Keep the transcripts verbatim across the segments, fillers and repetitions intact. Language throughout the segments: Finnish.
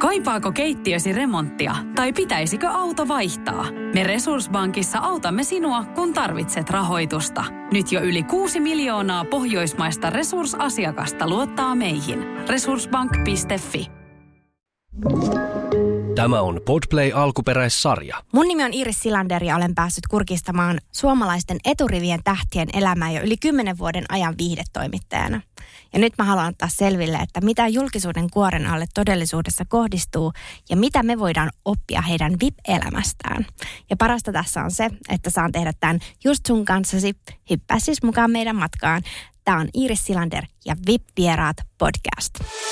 Kaipaako keittiösi remonttia tai pitäisikö auto vaihtaa? Me Resurssbankissa autamme sinua, kun tarvitset rahoitusta. Nyt jo yli kuusi miljoonaa pohjoismaista resursasiakasta luottaa meihin. resurssbank piste fi. Tämä on Podplay alkuperäissarja. Mun nimi on Iiris Silander ja olen päässyt kurkistamaan suomalaisten eturivien tähtien elämää jo yli kymmenen vuoden ajan viihdetoimittajana. Ja nyt mä haluan ottaa selville, että mitä julkisuuden kuoren alle todellisuudessa kohdistuu ja mitä me voidaan oppia heidän V I P-elämästään. Ja parasta tässä on se, että saan tehdä tämän just sun kanssasi. Hyppää siis mukaan meidän matkaan. Tää on Iiris Silander ja V I P-vieraat podcast.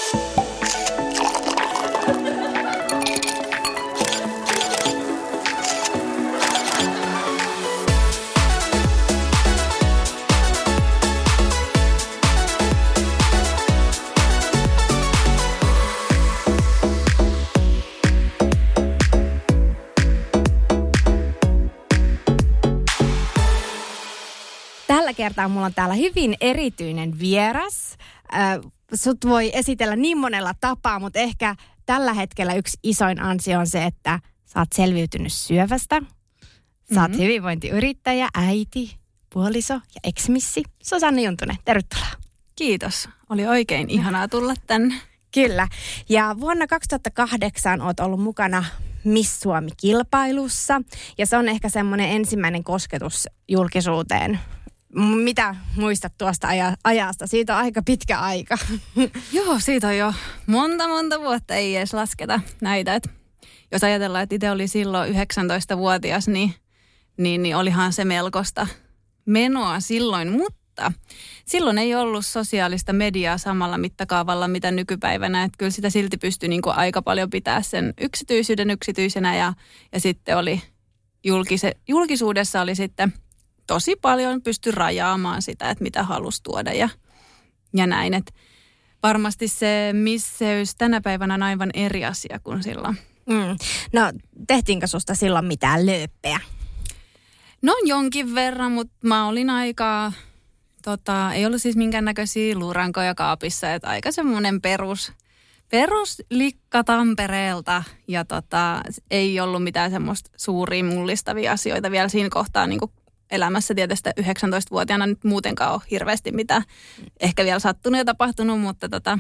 Tällä kertaa mulla on täällä hyvin erityinen vieras. Äh, sut voi esitellä niin monella tapaa, mutta ehkä tällä hetkellä yksi isoin ansio on se, että sä oot selviytynyt syövästä. Sä oot mm-hmm. hyvinvointiyrittäjä, äiti, puoliso ja ex-missi. Susanne Juntunen, tervetuloa. Kiitos. Oli oikein ihanaa tulla tänne. Kyllä. Ja vuonna kaksituhattakahdeksan oot ollut mukana Miss Suomi-kilpailussa. Ja se on ehkä semmoinen ensimmäinen kosketus julkisuuteen. Mitä muistat tuosta aja- ajasta? Siitä on aika pitkä aika. Joo, siitä on jo monta, monta vuotta, ei edes lasketa näitä. Et jos ajatellaan, että itse oli silloin yhdeksäntoistavuotias, niin, niin, niin olihan se melkoista menoa silloin. Mutta silloin ei ollut sosiaalista mediaa samalla mittakaavalla, mitä nykypäivänä. Että kyllä sitä silti pystyi niin kuin aika paljon pitää sen yksityisyyden yksityisenä ja, ja sitten oli julkise, julkisuudessa oli sitten tosi paljon pysty rajaamaan sitä, että mitä halusi tuoda ja, ja näin. Et varmasti se misseys tänä päivänä on aivan eri asia kuin silloin. Mm. No, tehtiinkö susta silloin mitään lööppejä? No jonkin verran, mutta mä olin aika, tota, ei ollut siis minkäännäköisiä luurankoja kaapissa, että aika semmoinen perus, peruslikka Tampereelta ja tota, ei ollut mitään semmoista suuria mullistavia asioita vielä siinä kohtaa niin kuin elämässä tietysti yhdeksäntoistavuotiaana nyt muutenkaan ole hirveästi mitään ehkä vielä sattunut ja tapahtunut, mutta tota,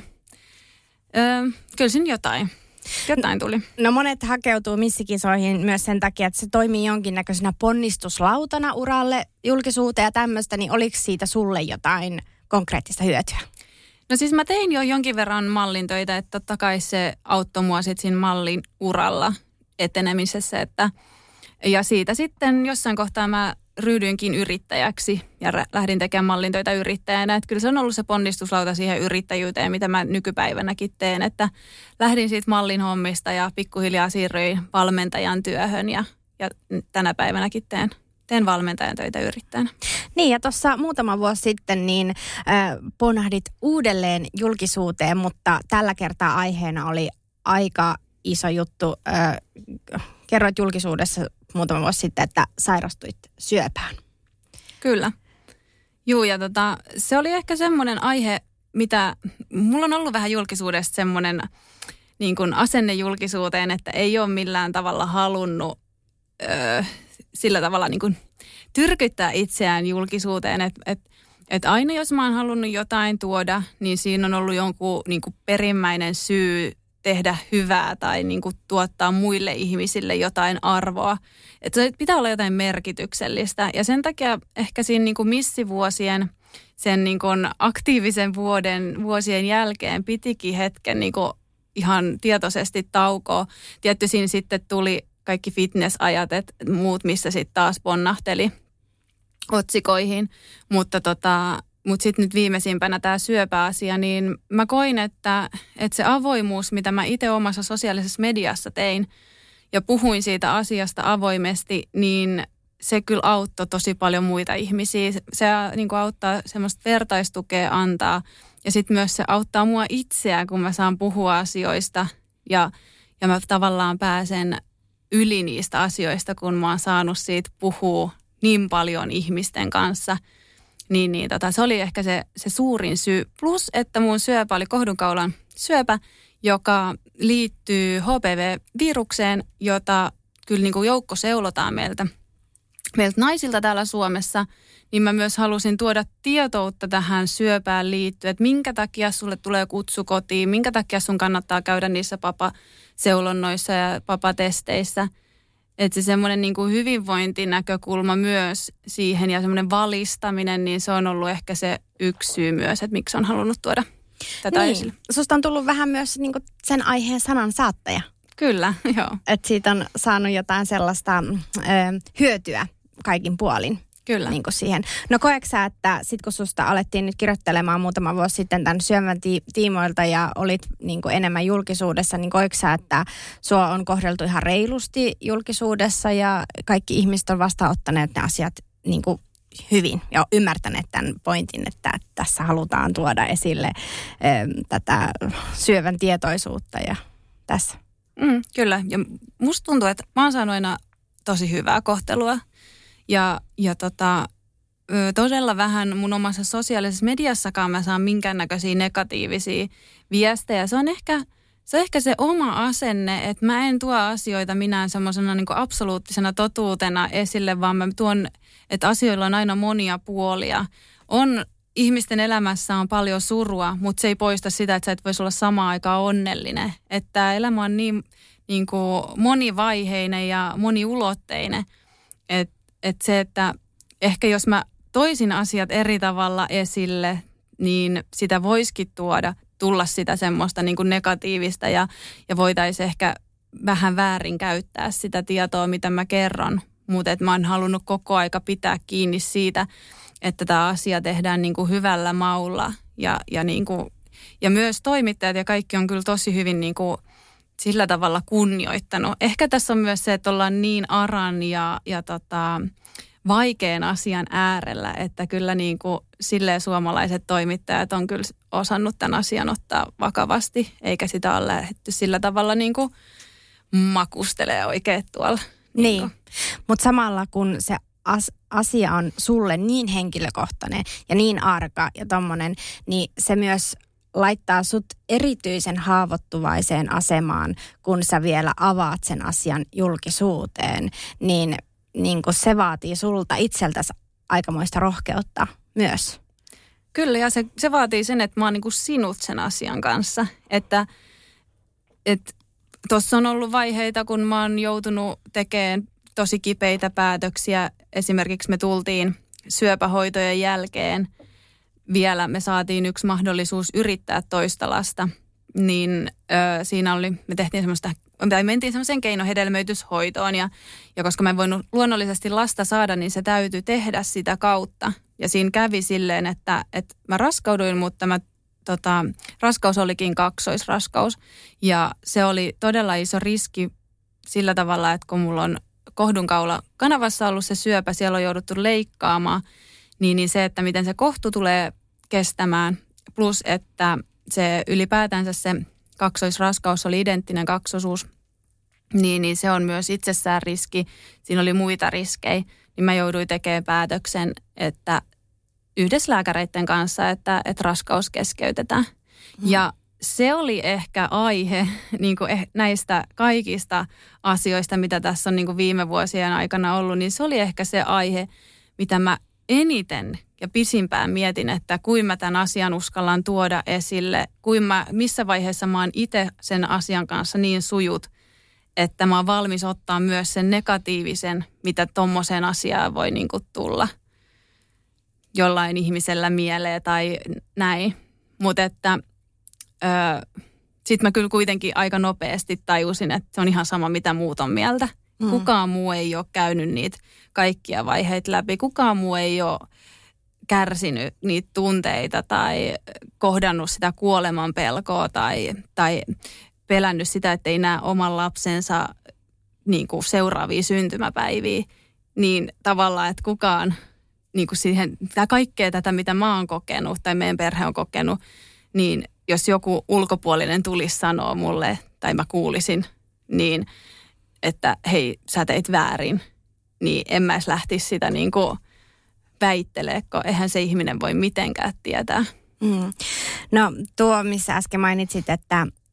öö, kyllä siinä jotain, jotain tuli. No monet hakeutuu missikisoihin myös sen takia, että se toimii jonkinnäköisenä ponnistuslautana uralle, julkisuuteen ja tämmöistä, niin oliko siitä sulle jotain konkreettista hyötyä? No siis mä tein jo jonkin verran mallintöitä, että totta kai se auttoi mua sitten siinä mallin uralla etenemisessä, että ja siitä sitten jossain kohtaa mä ryhdyinkin yrittäjäksi ja lähdin tekemään mallintöitä yrittäjänä. Että kyllä se on ollut se ponnistuslauta siihen yrittäjyyteen, mitä mä nykypäivänäkin teen. Että lähdin siitä mallin hommista ja pikkuhiljaa siirryin valmentajan työhön ja, ja tänä päivänäkin teen, teen valmentajan töitä yrittäjänä. Niin ja tuossa muutama vuosi sitten niin äh, ponahdit uudelleen julkisuuteen, mutta tällä kertaa aiheena oli aika iso juttu. Äh, kerroit julkisuudessa muutama vuosi sitten, että sairastuit syöpään. Kyllä. Juu, ja tota, se oli ehkä semmoinen aihe, mitä mulla on ollut vähän julkisuudesta semmoinen niin kuin asenne julkisuuteen, että ei ole millään tavalla halunnut öö, sillä tavalla niin kuin tyrkyttää itseään julkisuuteen, että et, et aina jos mä oon halunnut jotain tuoda, niin siinä on ollut jonkun niin kuin perimmäinen syy tehdä hyvää tai niin kuin tuottaa muille ihmisille jotain arvoa. Että se pitää olla jotain merkityksellistä. Ja sen takia ehkä siinä niin kuin missivuosien, sen niin kuin aktiivisen vuoden, vuosien jälkeen pitikin hetken niin kuin ihan tietoisesti taukoa. Tietty siinä sitten tuli kaikki fitnessajat, että muut, missä sitten taas ponnahteli otsikoihin. Mutta tota... Mutta sitten nyt viimeisimpänä tämä syöpäasia, niin mä koin, että, että se avoimuus, mitä mä itse omassa sosiaalisessa mediassa tein ja puhuin siitä asiasta avoimesti, niin se kyllä auttoi tosi paljon muita ihmisiä. Se niin kuin auttaa semmoista vertaistukea antaa ja sitten myös se auttaa mua itseä, kun mä saan puhua asioista ja, ja mä tavallaan pääsen yli niistä asioista, kun mä oon saanut siitä puhua niin paljon ihmisten kanssa. Niin, niin tota, se oli ehkä se, se suurin syy. Plus, että mun syöpä oli kohdunkaulan syöpä, joka liittyy H P V-virukseen, jota kyllä niin kuin joukko seulotaan meiltä, meiltä naisilta täällä Suomessa, niin mä myös halusin tuoda tietoutta tähän syöpään liittyen, että minkä takia sulle tulee kutsu kotiin, minkä takia sun kannattaa käydä niissä papaseulonnoissa ja papatesteissä. Että se semmoinen niin kuin hyvinvointinäkökulma myös siihen ja semmoinen valistaminen, niin se on ollut ehkä se yksi syy myös, että miksi on halunnut tuoda tätä niin. esille. Susta on tullut vähän myös niin kuin sen aiheen sanan saattaja. Kyllä, joo. Että siitä on saanut jotain sellaista ö, hyötyä kaikin puolin. Kyllä. Niin kuin siihen. No koetko sä, että sit kun susta alettiin nyt kirjoittelemaan muutama vuosi sitten tämän syövän ti- tiimoilta ja olit niin kuin enemmän julkisuudessa, niin koetko sä, että sua on kohdeltu ihan reilusti julkisuudessa ja kaikki ihmiset on vastaanottaneet ne asiat niin kuin hyvin ja ymmärtäneet tämän pointin, että tässä halutaan tuoda esille ö, tätä syövän tietoisuutta ja tässä? Mm, kyllä. Ja musta tuntuu, että mä oon saanut aina tosi hyvää kohtelua. Ja, ja tota, todella vähän mun omassa sosiaalisessa mediassakaan mä saan minkäännäköisiä negatiivisia viestejä. Se on ehkä se, on ehkä se oma asenne, että mä en tuo asioita minään semmoisena niin kuin absoluuttisena totuutena esille, vaan mä tuon, että asioilla on aina monia puolia. On, ihmisten elämässä on paljon surua, mutta se ei poista sitä, että sä et voisi olla samaan aikaan onnellinen. Että elämä on niin, niin kuin monivaiheinen ja moniulotteinen, että Että se, että ehkä jos mä toisin asiat eri tavalla esille, niin sitä voisikin tuoda, tulla sitä semmoista niin kuin negatiivista ja, ja voitaisiin ehkä vähän väärin käyttää sitä tietoa, mitä mä kerron. Mutta että mä oon halunnut koko aika pitää kiinni siitä, että tämä asia tehdään niin kuin hyvällä maulla. Ja, ja, niin kuin, ja myös toimittajat ja kaikki on kyllä tosi hyvin niin kuin sillä tavalla kunnioittanut. Ehkä tässä on myös se, että ollaan niin aran ja, ja tota, vaikean asian äärellä, että kyllä niin kuin silleen suomalaiset toimittajat on kyllä osannut tämän asian ottaa vakavasti, eikä sitä ole lähdetty sillä tavalla niin kuin makustelee oikein tuolla. Niin, niin mutta samalla kun se as- asia on sulle niin henkilökohtainen ja niin arka ja tommonen, niin se myös laittaa sut erityisen haavoittuvaiseen asemaan, kun sä vielä avaat sen asian julkisuuteen, niin, niin kun se vaatii sulta itseltäsi aikamoista rohkeutta myös. Kyllä, ja se, se vaatii sen, että mä oon niin kuin sinut sen asian kanssa. Että tuossa on ollut vaiheita, kun mä oon joutunut tekemään tosi kipeitä päätöksiä. Esimerkiksi me tultiin syöpähoitojen jälkeen. Vielä me saatiin yksi mahdollisuus yrittää toista lasta, niin ö, siinä oli, me tehtiin semmoista, tai mentiin semmoiseen keinohedelmöityshoitoon, ja, ja koska mä en voinut luonnollisesti lasta saada, niin se täytyi tehdä sitä kautta. Ja siinä kävi silleen, että, että mä raskauduin, mutta mä, tota, raskaus olikin kaksoisraskaus, ja se oli todella iso riski sillä tavalla, että kun mulla on kohdunkaula kanavassa ollut se syöpä, siellä on jouduttu leikkaamaan, Niin, niin se, että miten se kohtu tulee kestämään, plus että se ylipäätänsä se kaksoisraskaus oli identtinen kaksosuus, niin, niin se on myös itsessään riski. Siinä oli muita riskejä, niin mä jouduin tekemään päätöksen, että yhdessä lääkäreiden kanssa, että, että raskaus keskeytetään. Mm. Ja se oli ehkä aihe niin kuin näistä kaikista asioista, mitä tässä on niin kuin viime vuosien aikana ollut, niin se oli ehkä se aihe, mitä mä eniten ja pisimpään mietin, että kuinka mä tämän asian uskallan tuoda esille, kuinka mä, missä vaiheessa mä oon itse sen asian kanssa niin sujut, että mä oon valmis ottaa myös sen negatiivisen, mitä tommoseen asiaan voi niin kuin tulla jollain ihmisellä mieleen tai näin. Mutta että sitten mä kyllä kuitenkin aika nopeasti tajusin, että se on ihan sama, mitä muut on mieltä. Mm. Kukaan muu ei ole käynyt niitä kaikkia vaiheita läpi. Kukaan muu ei ole kärsinyt niitä tunteita tai kohdannut sitä kuoleman pelkoa tai, tai pelännyt sitä, että ei näe oman lapsensa niin kuin seuraavia syntymäpäiviä. Niin tavallaan, että kukaan niin kuin siihen, kaikkea tätä, mitä mä oon kokenut tai meidän perhe on kokenut, niin jos joku ulkopuolinen tulisi sanoa mulle tai mä kuulisin, niin että hei, sä teit väärin, niin en mä edes lähtisi sitä niin kuin väittelee, kun eihän se ihminen voi mitenkään tietää. Mm. No tuo, missä äsken mainitsit, että,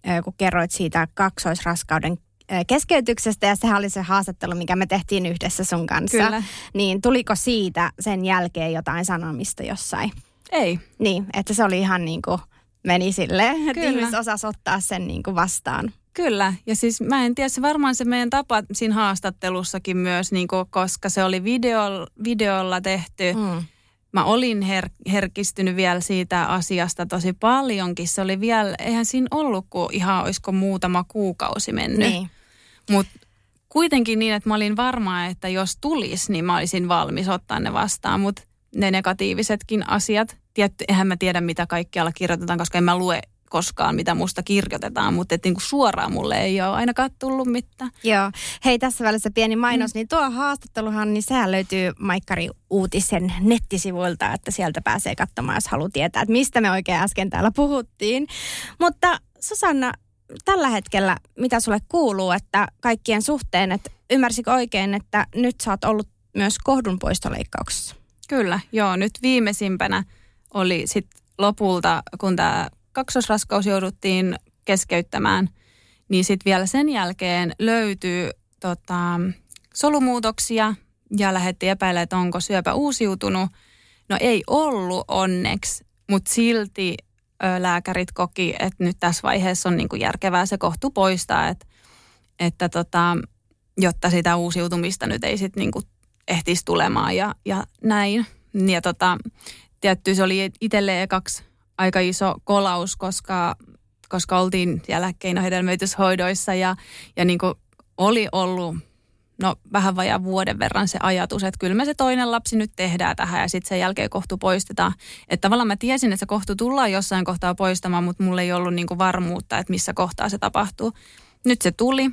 kun kerroit siitä kaksoisraskauden keskeytyksestä, ja sehän oli se haastattelu, mikä me tehtiin yhdessä sun kanssa. Kyllä. Niin tuliko siitä sen jälkeen jotain sanomista jossain? Ei. Niin, että se oli ihan niin kuin meni silleen, että Kyllä. ihmiset osasi ottaa sen niin kuin vastaan. Kyllä, ja siis mä en tiedä, se varmaan se meidän tapa siinä haastattelussakin myös, niin kuin, koska se oli video, videolla tehty. Mm. Mä olin her- herkistynyt vielä siitä asiasta tosi paljonkin. Se oli vielä, eihän siinä ollut, kun ihan olisiko muutama kuukausi mennyt. Niin. Mutta kuitenkin niin, että mä olin varma, että jos tulisi, niin mä olisin valmis ottaa ne vastaan. Mutta ne negatiivisetkin asiat, tietty, eihän mä tiedä mitä kaikkialla kirjoitetaan, koska en mä lue koskaan, mitä musta kirjoitetaan, mutta niinku suoraan mulle ei ole ainakaan tullut mitään. Joo. Hei, tässä välissä pieni mainos, mm. niin tuo haastatteluhan, niin sehän löytyy Maikkari Uutisen nettisivuilta, että sieltä pääsee katsomaan, jos haluaa tietää, että mistä me oikein äsken täällä puhuttiin. Mutta Susanna, tällä hetkellä, mitä sulle kuuluu, että kaikkien suhteen, että ymmärsikö oikein, että nyt sä oot ollut myös kohdunpoistoleikkauksessa? Kyllä, joo. Nyt viimeisimpänä oli sitten lopulta, kun tämä kaksosraskaus jouduttiin keskeyttämään, niin sitten vielä sen jälkeen löytyy tota, solumuutoksia ja lähdettiin epäilemään, että onko syöpä uusiutunut. No ei ollut onneksi, mutta silti ö, lääkärit koki, että nyt tässä vaiheessa on niinku järkevää se kohtu poistaa, että, että tota, jotta sitä uusiutumista nyt ei sitten niinku ehtisi tulemaan ja, ja näin. Ja tota, tietty se oli itselleen ekaksi aika iso kolaus, koska, koska oltiin siellä keinohedelmöityshoidoissa ja, ja niin kuin oli ollut no, vähän vajaa vuoden verran se ajatus, että kyllä me se toinen lapsi nyt tehdään tähän ja sitten sen jälkeen kohtu poistetaan. Että tavallaan mä tiesin, että se kohtu tullaan jossain kohtaa poistamaan, mutta mulla ei ollut niin kuin varmuutta, että missä kohtaa se tapahtuu. Nyt se tuli,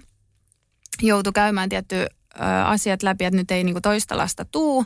joutui käymään tietty ö, asiat läpi, että nyt ei niin kuin toista lasta tuu,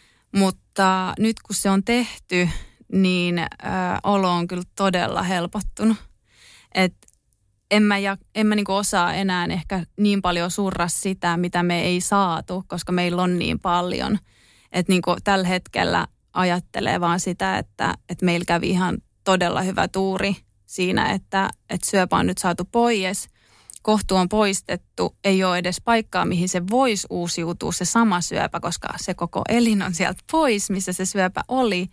mutta nyt kun se on tehty, niin ö, olo on kyllä todella helpottunut. Että en mä, ja, en mä niinku osaa enää ehkä niin paljon surra sitä, mitä me ei saatu, koska meillä on niin paljon. Että niinku tällä hetkellä ajattelee vaan sitä, että, että meillä kävi ihan todella hyvä tuuri siinä, että, että syöpä on nyt saatu pois. Kohtu on poistettu, ei ole edes paikkaa, mihin se voisi uusiutua se sama syöpä, koska se koko elin on sieltä pois, missä se syöpä oli.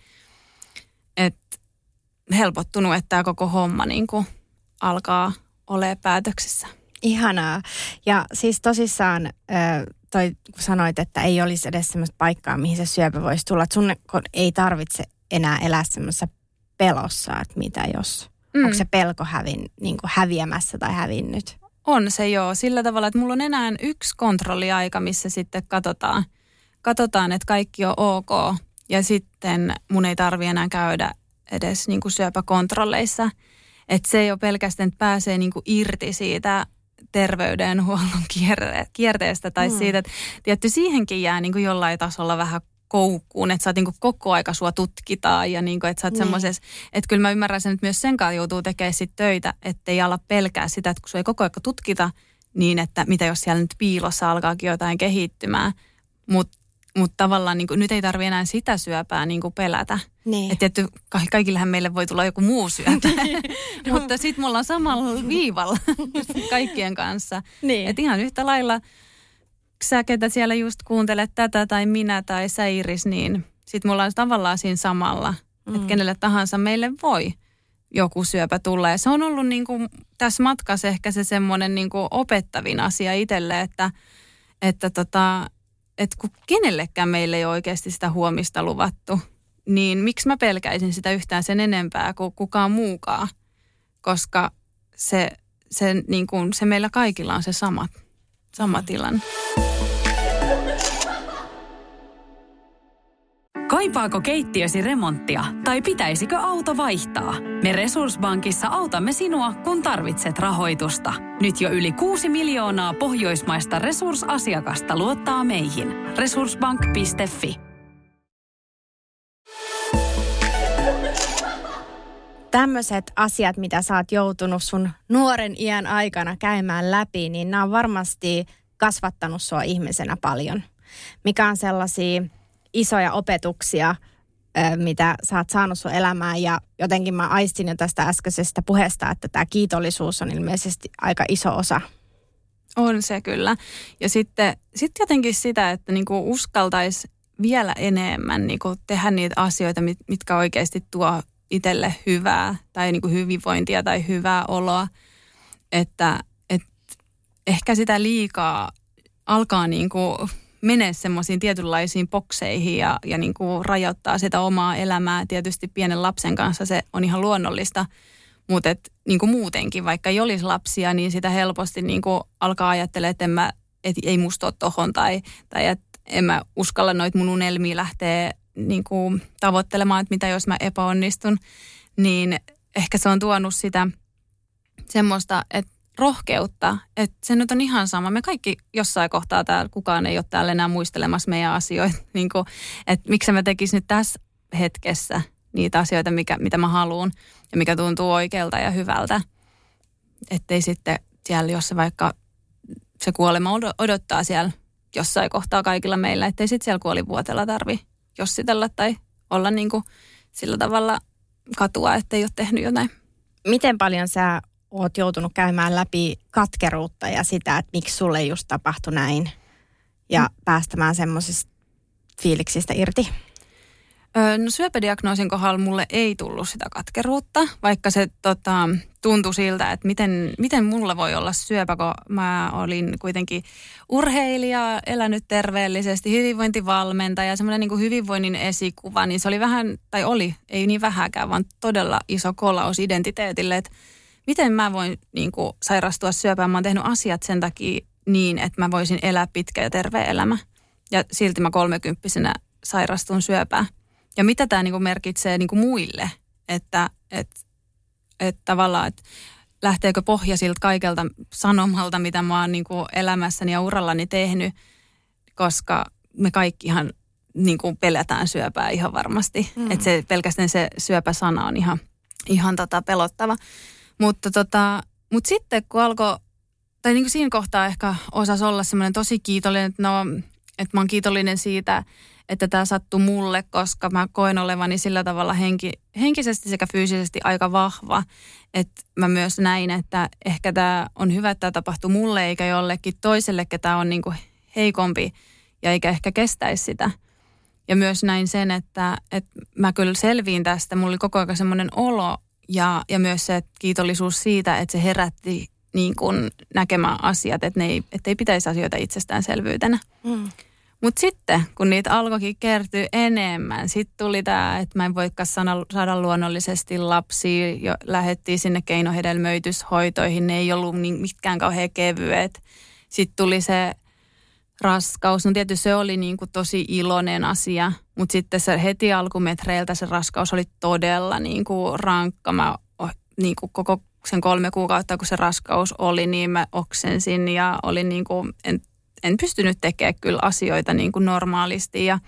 Että helpottunut, että tämä koko homma niinku alkaa olemaan päätöksissä. Ihanaa. Ja siis tosissaan toi, kun sanoit, että ei olisi edes semmoista paikkaa, mihin se syöpä voisi tulla. Että sun ei tarvitse enää elää semmoisessa pelossa, että mitä jos. Mm. Onko se pelko hävin, niin kuin häviämässä tai hävinnyt? On se joo. Sillä tavalla, että mulla on enää yksi kontrolliaika, missä sitten katsotaan, katsotaan että kaikki on ok. Ja sitten mun ei tarvitse enää käydä edes niin kuin syöpäkontrolleissa. Että se ei ole pelkästään, että pääsee niinku irti siitä terveydenhuollon kierte- kierteestä tai mm. siitä, että tietty siihenkin jää niinku jollain tasolla vähän koukkuun, että sä oot niinku koko aika sua tutkitaan ja niinku, että sä oot niin. semmoisessa, että kyllä mä ymmärrän sen, että myös sen kanssa joutuu tekemään sit töitä, ettei ala pelkää sitä, että kun sua ei koko aika tutkita, niin että mitä jos siellä nyt piilossa alkaakin jotain kehittymään, mutta Mutta tavallaan niin kuin, nyt ei tarvitse enää sitä syöpää niin kuin pelätä. Niin. Että tietty, kaikillehän meille voi tulla joku muu syöpä. no. Mutta sitten mulla on samalla viivalla kaikkien kanssa. Niin. Että ihan yhtä lailla, sä ketä siellä just kuuntelet tätä tai minä tai sä Iris, niin sitten mulla on tavallaan siinä samalla. Mm. Että kenelle tahansa meille voi joku syöpä tulla. Ja se on ollut niin kuin, tässä matkassa ehkä se semmoinen niin kuin opettavin asia itselle, että, että tota... että kun kenellekään meille ei ole oikeasti sitä huomista luvattu, niin miksi mä pelkäisin sitä yhtään sen enempää kuin kukaan muukaan? Koska se, se, niin kuin, se meillä kaikilla on se sama, sama tilanne. Kaipaako keittiösi remonttia tai pitäisikö auto vaihtaa? Me Resurssbankissa autamme sinua, kun tarvitset rahoitusta. Nyt jo yli kuusi miljoonaa pohjoismaista resursasiakasta luottaa meihin. resurssbank piste fi. Tämmöiset asiat, mitä sä oot joutunut sun nuoren iän aikana käymään läpi, niin nämä on varmasti kasvattanut sua ihmisenä paljon. Mikä on sellaisia isoja opetuksia, mitä sä oot saanut sun elämään. Ja jotenkin mä aistin jo tästä äskeisestä puheesta, että tämä kiitollisuus on ilmeisesti aika iso osa. On se kyllä. Ja sitten sit jotenkin sitä, että niinku uskaltaisi vielä enemmän niinku tehdä niitä asioita, mit, mitkä oikeasti tuo itselle hyvää tai niinku hyvinvointia tai hyvää oloa. Että et ehkä sitä liikaa alkaa niinku mene semmoisiin tietynlaisiin bokseihin ja, ja niinku rajoittaa sitä omaa elämää. Tietysti pienen lapsen kanssa se on ihan luonnollista, mutta et, niinku muutenkin, vaikka ei olisi lapsia, niin sitä helposti niinku alkaa ajattelemaan, että en mä, et ei musta ole tohon tai, tai että en mä uskalla noita mun unelmia lähteä niinku tavoittelemaan, että mitä jos mä epäonnistun. Niin ehkä se on tuonut sitä semmoista, että rohkeutta, että se nyt on ihan sama. Me kaikki jossain kohtaa täällä, kukaan ei ole täällä enää muistelemassa meidän asioita. Niin kuin, että miksi mä tekisin nyt tässä hetkessä niitä asioita, mikä, mitä mä haluan ja mikä tuntuu oikealta ja hyvältä. Ettei sitten siellä, jos se vaikka se kuolema odottaa siellä jossain kohtaa kaikilla meillä, ettei sitten siellä kuolivuotella tarvi jossitella tai olla niin kuin sillä tavalla katua, ettei ole tehnyt jotain. Miten paljon sä oot joutunut käymään läpi katkeruutta ja sitä, että miksi sulle just tapahtui näin ja mm. päästämään semmoisista fiiliksistä irti? Öö, no syöpädiagnoosin kohdalla mulle ei tullut sitä katkeruutta, vaikka se tota, tuntui siltä, että miten, miten mulla voi olla syöpä, kun mä olin kuitenkin urheilija, elänyt terveellisesti, hyvinvointivalmentaja, semmoinen niin kuin hyvinvoinnin esikuva, niin se oli vähän, tai oli, ei niin vähäkään, vaan todella iso kolaus identiteetille, että miten mä voin niin kuin sairastua syöpään? Mä oon tehnyt asiat sen takia niin, että mä voisin elää pitkä ja terve elämä. Ja silti mä kolmekymppisenä sairastun syöpään. Ja mitä tämä niin kuin merkitsee niin kuin muille? Että et, et tavallaan, että lähteekö pohja siltä kaikelta sanomalta, mitä mä oon niin kuin elämässäni ja urallani tehnyt. Koska me kaikkihan niin kuin pelätään syöpää ihan varmasti. Mm. Että se, pelkästään se syöpäsana on ihan, ihan tota pelottava. Mutta tota, mut sitten kun alkoi, tai niin kuin siinä kohtaa ehkä osasi olla semmoinen tosi kiitollinen, että, no, että mä oon kiitollinen siitä, että tämä sattui mulle, koska mä koen olevani sillä tavalla henki, henkisesti sekä fyysisesti aika vahva. Että mä myös näin, että ehkä tämä on hyvä, että tämä tapahtui mulle eikä jollekin toiselle, ketä on niin kuin heikompi ja eikä ehkä kestäisi sitä. Ja myös näin sen, että, että mä kyllä selviin tästä. Mulla oli koko ajan semmoinen olo, Ja, ja myös se kiitollisuus siitä, että se herätti niin kuin näkemään asiat, että ne ei, että ei pitäisi asioita itsestäänselvyytenä. Mm. Mutta sitten, kun niitä alkoikin kertyä enemmän, sitten tuli tämä, että mä en voikaan saada luonnollisesti lapsia. Jo lähdettiin sinne keinohedelmöityshoitoihin, ne ei ollut niin mitkään kauhean kevyet. Sitten tuli se raskaus. No tietysti se oli niin kuin tosi iloinen asia, mutta sitten se heti alkumetreiltä se raskaus oli todella niin kuin rankka. Mä niin kuin koko sen kolme kuukautta, kun se raskaus oli, niin mä oksensin ja olin niin kuin, en, en pystynyt tekemään kyllä asioita niin kuin normaalisti. Ja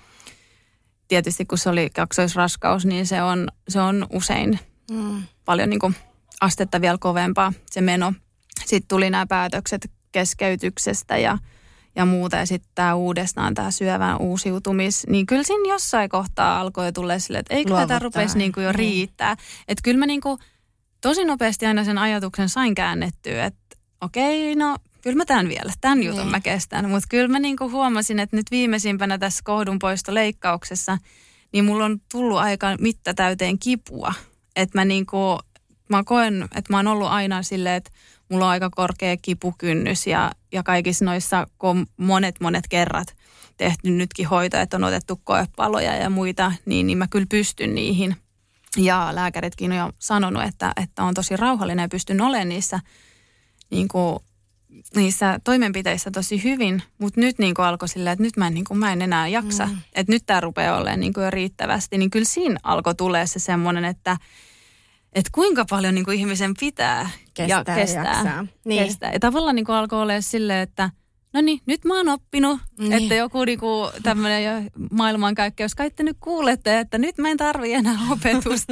tietysti kun se oli kaksoisraskaus, niin se on, se on usein mm. paljon niin kuin astetta vielä kovempaa se meno. Sitten tuli nämä päätökset keskeytyksestä ja ja muuta, ja sitten tämä uudestaan tämä syövän uusiutumis, niin kyllä siinä jossain kohtaa alkoi tulla silleen, että eikö tätä rupesi niinku jo riittää. Että kyllä mä niinku tosi nopeasti aina sen ajatuksen sain käännettyä, että okei, no kyllä mä tämän vielä, tämän jutun niin. mä kestän. Mutta kyllä mä niinku huomasin, että nyt viimeisimpänä tässä kohdunpoistoleikkauksessa, niin mulla on tullut aika mittatäyteen kipua. Että mä niinku, mä koen, että mä oon ollut aina silleen, että mulla on aika korkea kipukynnys ja, ja kaikissa noissa, kun monet monet kerrat tehty nytkin hoitoja, että on otettu koepaloja ja muita, niin, niin mä kyllä pystyn niihin. Ja lääkäritkin on jo sanonut, että, että on tosi rauhallinen ja pystyn olemaan niissä, niin kuin, niissä toimenpiteissä tosi hyvin. Mutta nyt niin kuin alkoi silleen, että nyt mä en, niin kuin, mä en enää jaksa. Mm. Että nyt tämä rupeaa olemaan niin kuin jo riittävästi. Niin kyllä siinä alkoi tulee se semmoinen, että että kuinka paljon niin kuin ihmisen pitää kestää ja kestää. Ja, niin. kestää. Ja tavallaan niin kuin alkoi olla silleen, että no niin, nyt mä oon oppinut, niin. että joku niin kuin tämmöinen maailmankaikkeus, kai te nyt kuulette, että nyt mä en tarvii enää opetusta.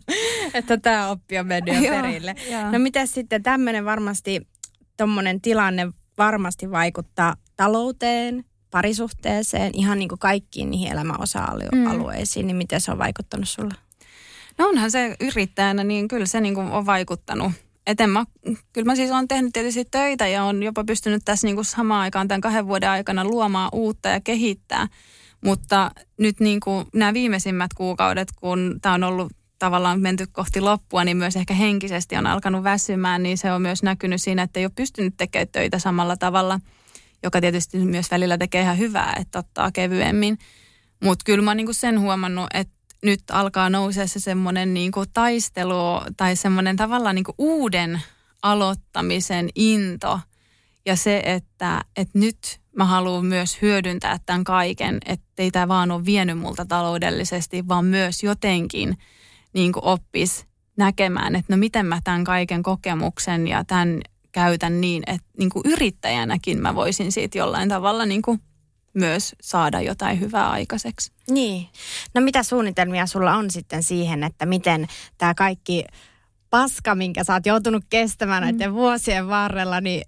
Että tämä oppi on mennyt jo perille. No miten sitten tämmöinen varmasti, tommonen tilanne varmasti vaikuttaa talouteen, parisuhteeseen, ihan niin kuin kaikkiin niihin elämän osa-alueisiin, mm. niin miten se on vaikuttanut sulla? No onhan se yrittäjänä, niin kyllä se niin kuin on vaikuttanut. Eten mä, kyllä mä siis olen tehnyt tietysti töitä ja on jopa pystynyt tässä niin kuin samaan aikaan tämän kahden vuoden aikana luomaan uutta ja kehittää. Mutta nyt niin kuin nämä viimeisimmät kuukaudet, kun tämä on ollut tavallaan menty kohti loppua, niin myös ehkä henkisesti on alkanut väsymään, niin se on myös näkynyt siinä, että ei ole pystynyt tekemään töitä samalla tavalla, joka tietysti myös välillä tekee ihan hyvää, että ottaa kevyemmin. Mutta kyllä mä oon niin kuin sen huomannut, että nyt alkaa nousea se semmoinen niin kuin taistelu tai semmoinen tavallaan niin kuin uuden aloittamisen into ja se, että, että nyt mä haluan myös hyödyntää tämän kaiken, ettei tämä vaan ole vienyt multa taloudellisesti, vaan myös jotenkin niin kuin oppisi näkemään, että no miten mä tämän kaiken kokemuksen ja tämän käytän niin, että niin kuin yrittäjänäkin mä voisin siitä jollain tavalla niin kuin myös saada jotain hyvää aikaiseksi. Niin. No mitä suunnitelmia sulla on sitten siihen, että miten tämä kaikki paska, minkä sä oot joutunut kestämään näiden mm. vuosien varrella, niin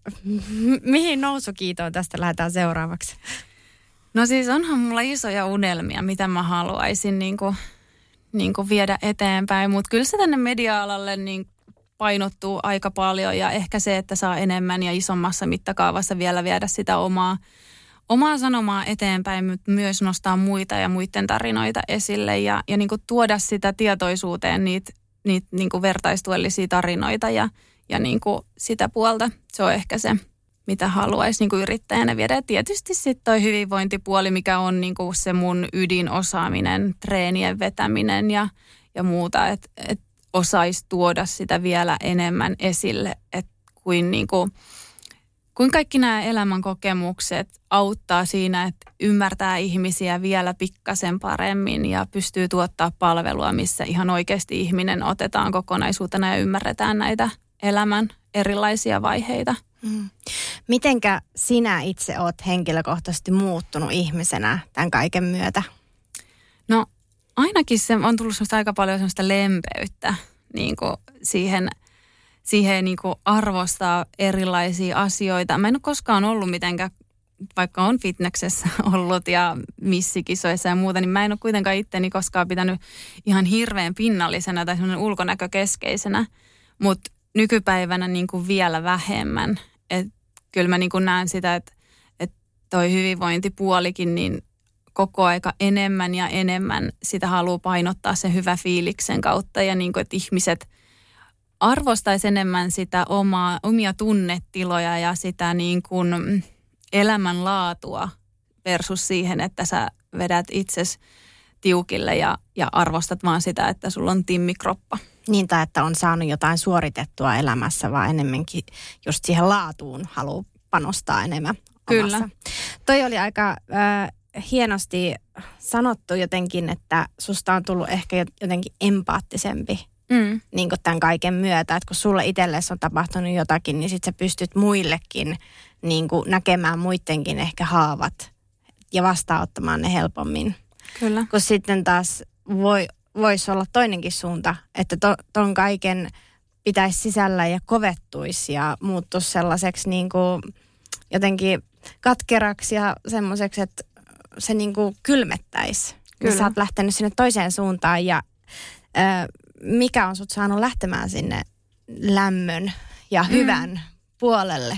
mihin nousukiitoon tästä lähdetään seuraavaksi? No siis onhan mulla isoja unelmia, mitä mä haluaisin niin kuin, niin kuin viedä eteenpäin, mutta kyllä se tänne media-alalle niin painottuu aika paljon ja ehkä se, että saa enemmän ja isommassa mittakaavassa vielä viedä sitä omaa Omaa sanomaa eteenpäin, mutta myös nostaa muita ja muiden tarinoita esille ja, ja niin kuin tuoda sitä tietoisuuteen niitä, niitä niin kuin vertaistuellisia tarinoita ja, ja niin kuin sitä puolta. Se on ehkä se, mitä haluaisi niin kuin yrittäjänä viedä. Ja tietysti sitten toi hyvinvointipuoli, mikä on niin kuin se mun ydinosaaminen, treenien vetäminen ja, ja muuta, että et osaisi tuoda sitä vielä enemmän esille, että kuin niin kuin Kuin kaikki nämä elämän kokemukset auttaa siinä, että ymmärtää ihmisiä vielä pikkasen paremmin ja pystyy tuottaa palvelua, missä ihan oikeasti ihminen otetaan kokonaisuutena ja ymmärretään näitä elämän erilaisia vaiheita. Mm. Mitenkä sinä itse olet henkilökohtaisesti muuttunut ihmisenä tämän kaiken myötä? No ainakin se on tullut aika paljon sellaista lempeyttä niin kuin siihen siihen niin kuin arvostaa erilaisia asioita. Mä en ole koskaan ollut mitenkään, vaikka on fitneksessä ollut ja missikisoissa ja muuta, niin mä en ole kuitenkaan itteni koskaan pitänyt ihan hirveän pinnallisena tai semmoinen ulkonäkökeskeisenä, mutta nykypäivänä niin kuin vielä vähemmän. Et kyllä mä niin kuin näen sitä, että, että toi hyvinvointipuolikin niin koko aika enemmän ja enemmän sitä haluaa painottaa sen hyvä fiiliksen kautta ja niin kuin, että ihmiset arvostaisi enemmän sitä omaa, omia tunnetiloja ja sitä niin kuin elämänlaatua versus siihen, että sä vedät itsesi tiukille ja, ja arvostat vaan sitä, että sulla on timmikroppa. Niin, tai että on saanut jotain suoritettua elämässä, vaan enemmänkin just siihen laatuun haluaa panostaa enemmän Kyllä. omassa. Toi oli aika äh, hienosti sanottu jotenkin, että susta on tullut ehkä jotenkin empaattisempi. Mm. Niin kuin tämän kaiken myötä, että kun sulle itsellesi on tapahtunut jotakin, niin sit sä pystyt muillekin niin kuin näkemään muidenkin ehkä haavat ja vastaanottamaan ne helpommin. Kyllä. Kun sitten taas voi, voisi olla toinenkin suunta, että to, ton kaiken pitäisi sisällä ja kovettuisi ja muuttuisi sellaiseksi niin kuin jotenkin katkeraksi ja semmoiseksi, että se niin kuin kylmettäisi. Kyllä. Sä oot lähtenyt sinne toiseen suuntaan ja Ö, mikä on sut saanut lähtemään sinne lämmön ja hyvän mm. puolelle?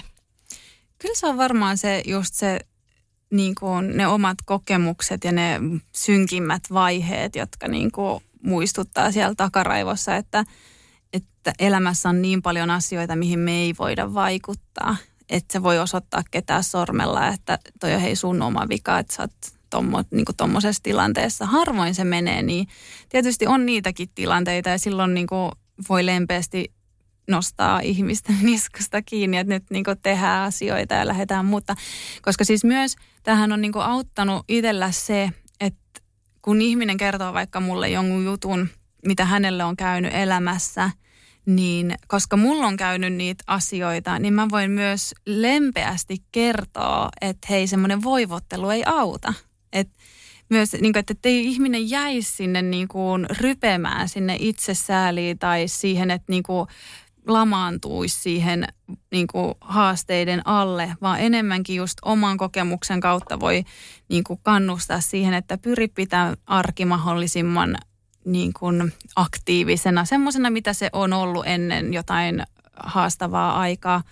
Kyllä se on varmaan se just se, niin kuin ne omat kokemukset ja ne synkimmät vaiheet, jotka niin kuin muistuttaa siellä takaraivossa, että, että elämässä on niin paljon asioita, mihin me ei voida vaikuttaa. Että se voi osoittaa ketään sormella, että toi on hei sun oma vika, että sä oot tommo, niin kuin tommosessa tilanteessa. Harvoin se menee, niin tietysti on niitäkin tilanteita ja silloin niin kuin voi lempeästi nostaa ihmisten niskasta kiinni, että nyt niin kuin tehdään asioita ja lähdetään muuttaa. Koska siis myös tämähän on niin kuin auttanut itsellä se, että kun ihminen kertoo vaikka mulle jonkun jutun, mitä hänelle on käynyt elämässä, niin koska mulla on käynyt niitä asioita, niin mä voin myös lempeästi kertoa, että hei, semmoinen voivottelu ei auta. Että myös, niin kuin, että ei ihminen jäisi sinne niin kuin rypemään sinne itsesääliin tai siihen, että niin kuin lamaantuisi siihen niin kuin haasteiden alle, vaan enemmänkin just oman kokemuksen kautta voi niin kuin kannustaa siihen, että pyri pitää arki mahdollisimman niin kuin aktiivisena, semmoisena mitä se on ollut ennen jotain haastavaa aikaa.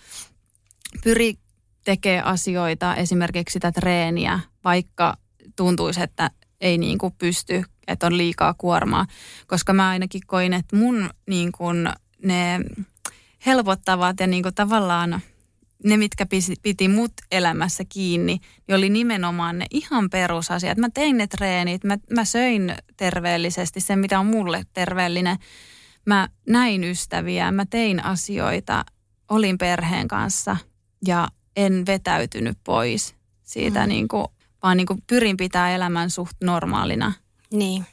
Pyri tekemään asioita, esimerkiksi sitä treeniä, vaikka tuntuisi, että ei niin kuin pysty, että on liikaa kuormaa, koska mä ainakin koin, että mun niin kuin ne helpottavat ja niin kuin tavallaan ne, mitkä piti mut elämässä kiinni, niin oli nimenomaan ne ihan perusasiat. Mä tein ne treenit, mä, mä söin terveellisesti sen, mitä on mulle terveellinen. Mä näin ystäviä, mä tein asioita, olin perheen kanssa ja en vetäytynyt pois siitä, mm. niin kuin, vaan niin kuin pyrin pitää elämän suht normaalina. Niin.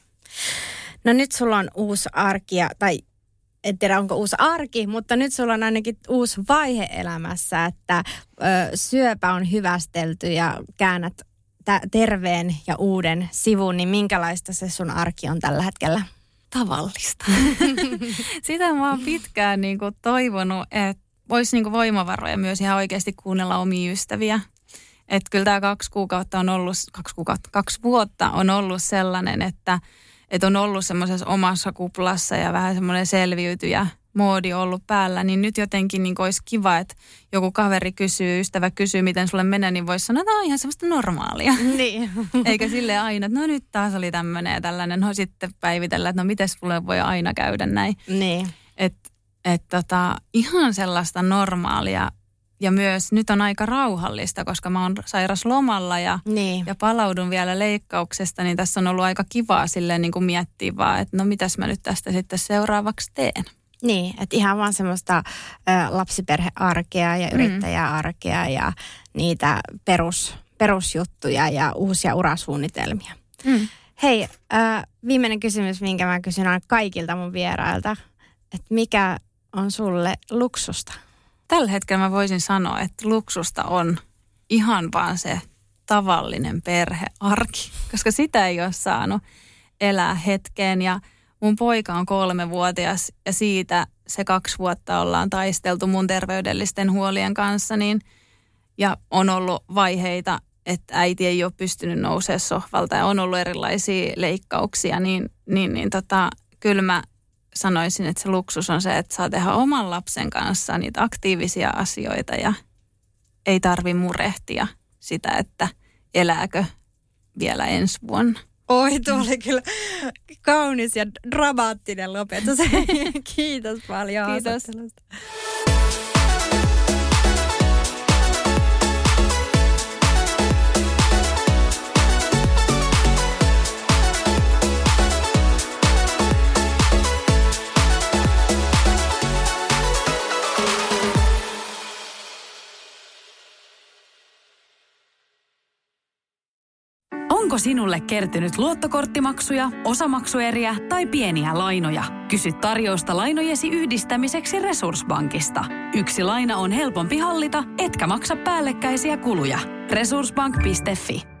No nyt sulla on uusi arki, tai en tiedä onko uusi arki, mutta nyt sulla on ainakin uusi vaihe elämässä, että ö, syöpä on hyvästelty ja käännät tä- terveen ja uuden sivun, niin minkälaista se sun arki on tällä hetkellä? Tavallista. Sitä mä oon pitkään niin kuin toivonut, että olisi niin kuin voimavaroja myös ihan oikeasti kuunnella omia ystäviä. Että kyllä tämä kaksi kuukautta on ollut, kaksi kuukautta, kaksi vuotta on ollut sellainen, että, että on ollut semmoisessa omassa kuplassa ja vähän semmoinen selviytyjä moodi ollut päällä, niin nyt jotenkin niin olisi kiva, että joku kaveri kysyy, ystävä kysyy, miten sulle menee, niin voisi sanoa, että tämä on ihan semmoista normaalia. Niin. Eikä silleen aina, että no nyt taas oli tämmöinen ja tällainen, no sitten päivitellä, että no miten sulle voi aina käydä näin. Niin. Että et tota, ihan sellaista normaalia. Ja myös nyt on aika rauhallista, koska mä oon sairaslomalla ja, niin. ja palaudun vielä leikkauksesta, niin tässä on ollut aika kivaa silleen niin kuin miettiä vaan, että no mitäs mä nyt tästä sitten seuraavaksi teen. Niin, että ihan vaan semmoista ä, lapsiperhearkea ja yrittäjäarkea ja niitä perus, perusjuttuja ja uusia urasuunnitelmia. Mm. Hei, ä, viimeinen kysymys, minkä mä kysyn aina kaikilta mun vierailta, että mikä on sulle luksusta? Tällä hetkellä mä voisin sanoa, että luksusta on ihan vaan se tavallinen perhearki, koska sitä ei ole saanut elää hetkeen. Ja mun poika on kolmevuotias ja siitä se kaksi vuotta ollaan taisteltu mun terveydellisten huolien kanssa. Niin, ja on ollut vaiheita, että äiti ei ole pystynyt nousemaan sohvalta ja on ollut erilaisia leikkauksia, niin, niin, niin tota, kyllä mä sanoisin, että se luksus on se, että saa tehdä oman lapsen kanssa niitä aktiivisia asioita ja ei tarvi murehtia sitä, että elääkö vielä ensi vuonna. Oi, tuo oli kyllä kaunis ja dramaattinen lopetus. Kiitos paljon. Kiitos. Onko sinulle kertynyt luottokorttimaksuja, osamaksueriä tai pieniä lainoja? Kysy tarjousta lainojesi yhdistämiseksi Resurssbankista. Yksi laina on helpompi hallita, etkä maksa päällekkäisiä kuluja. resurssbank piste fi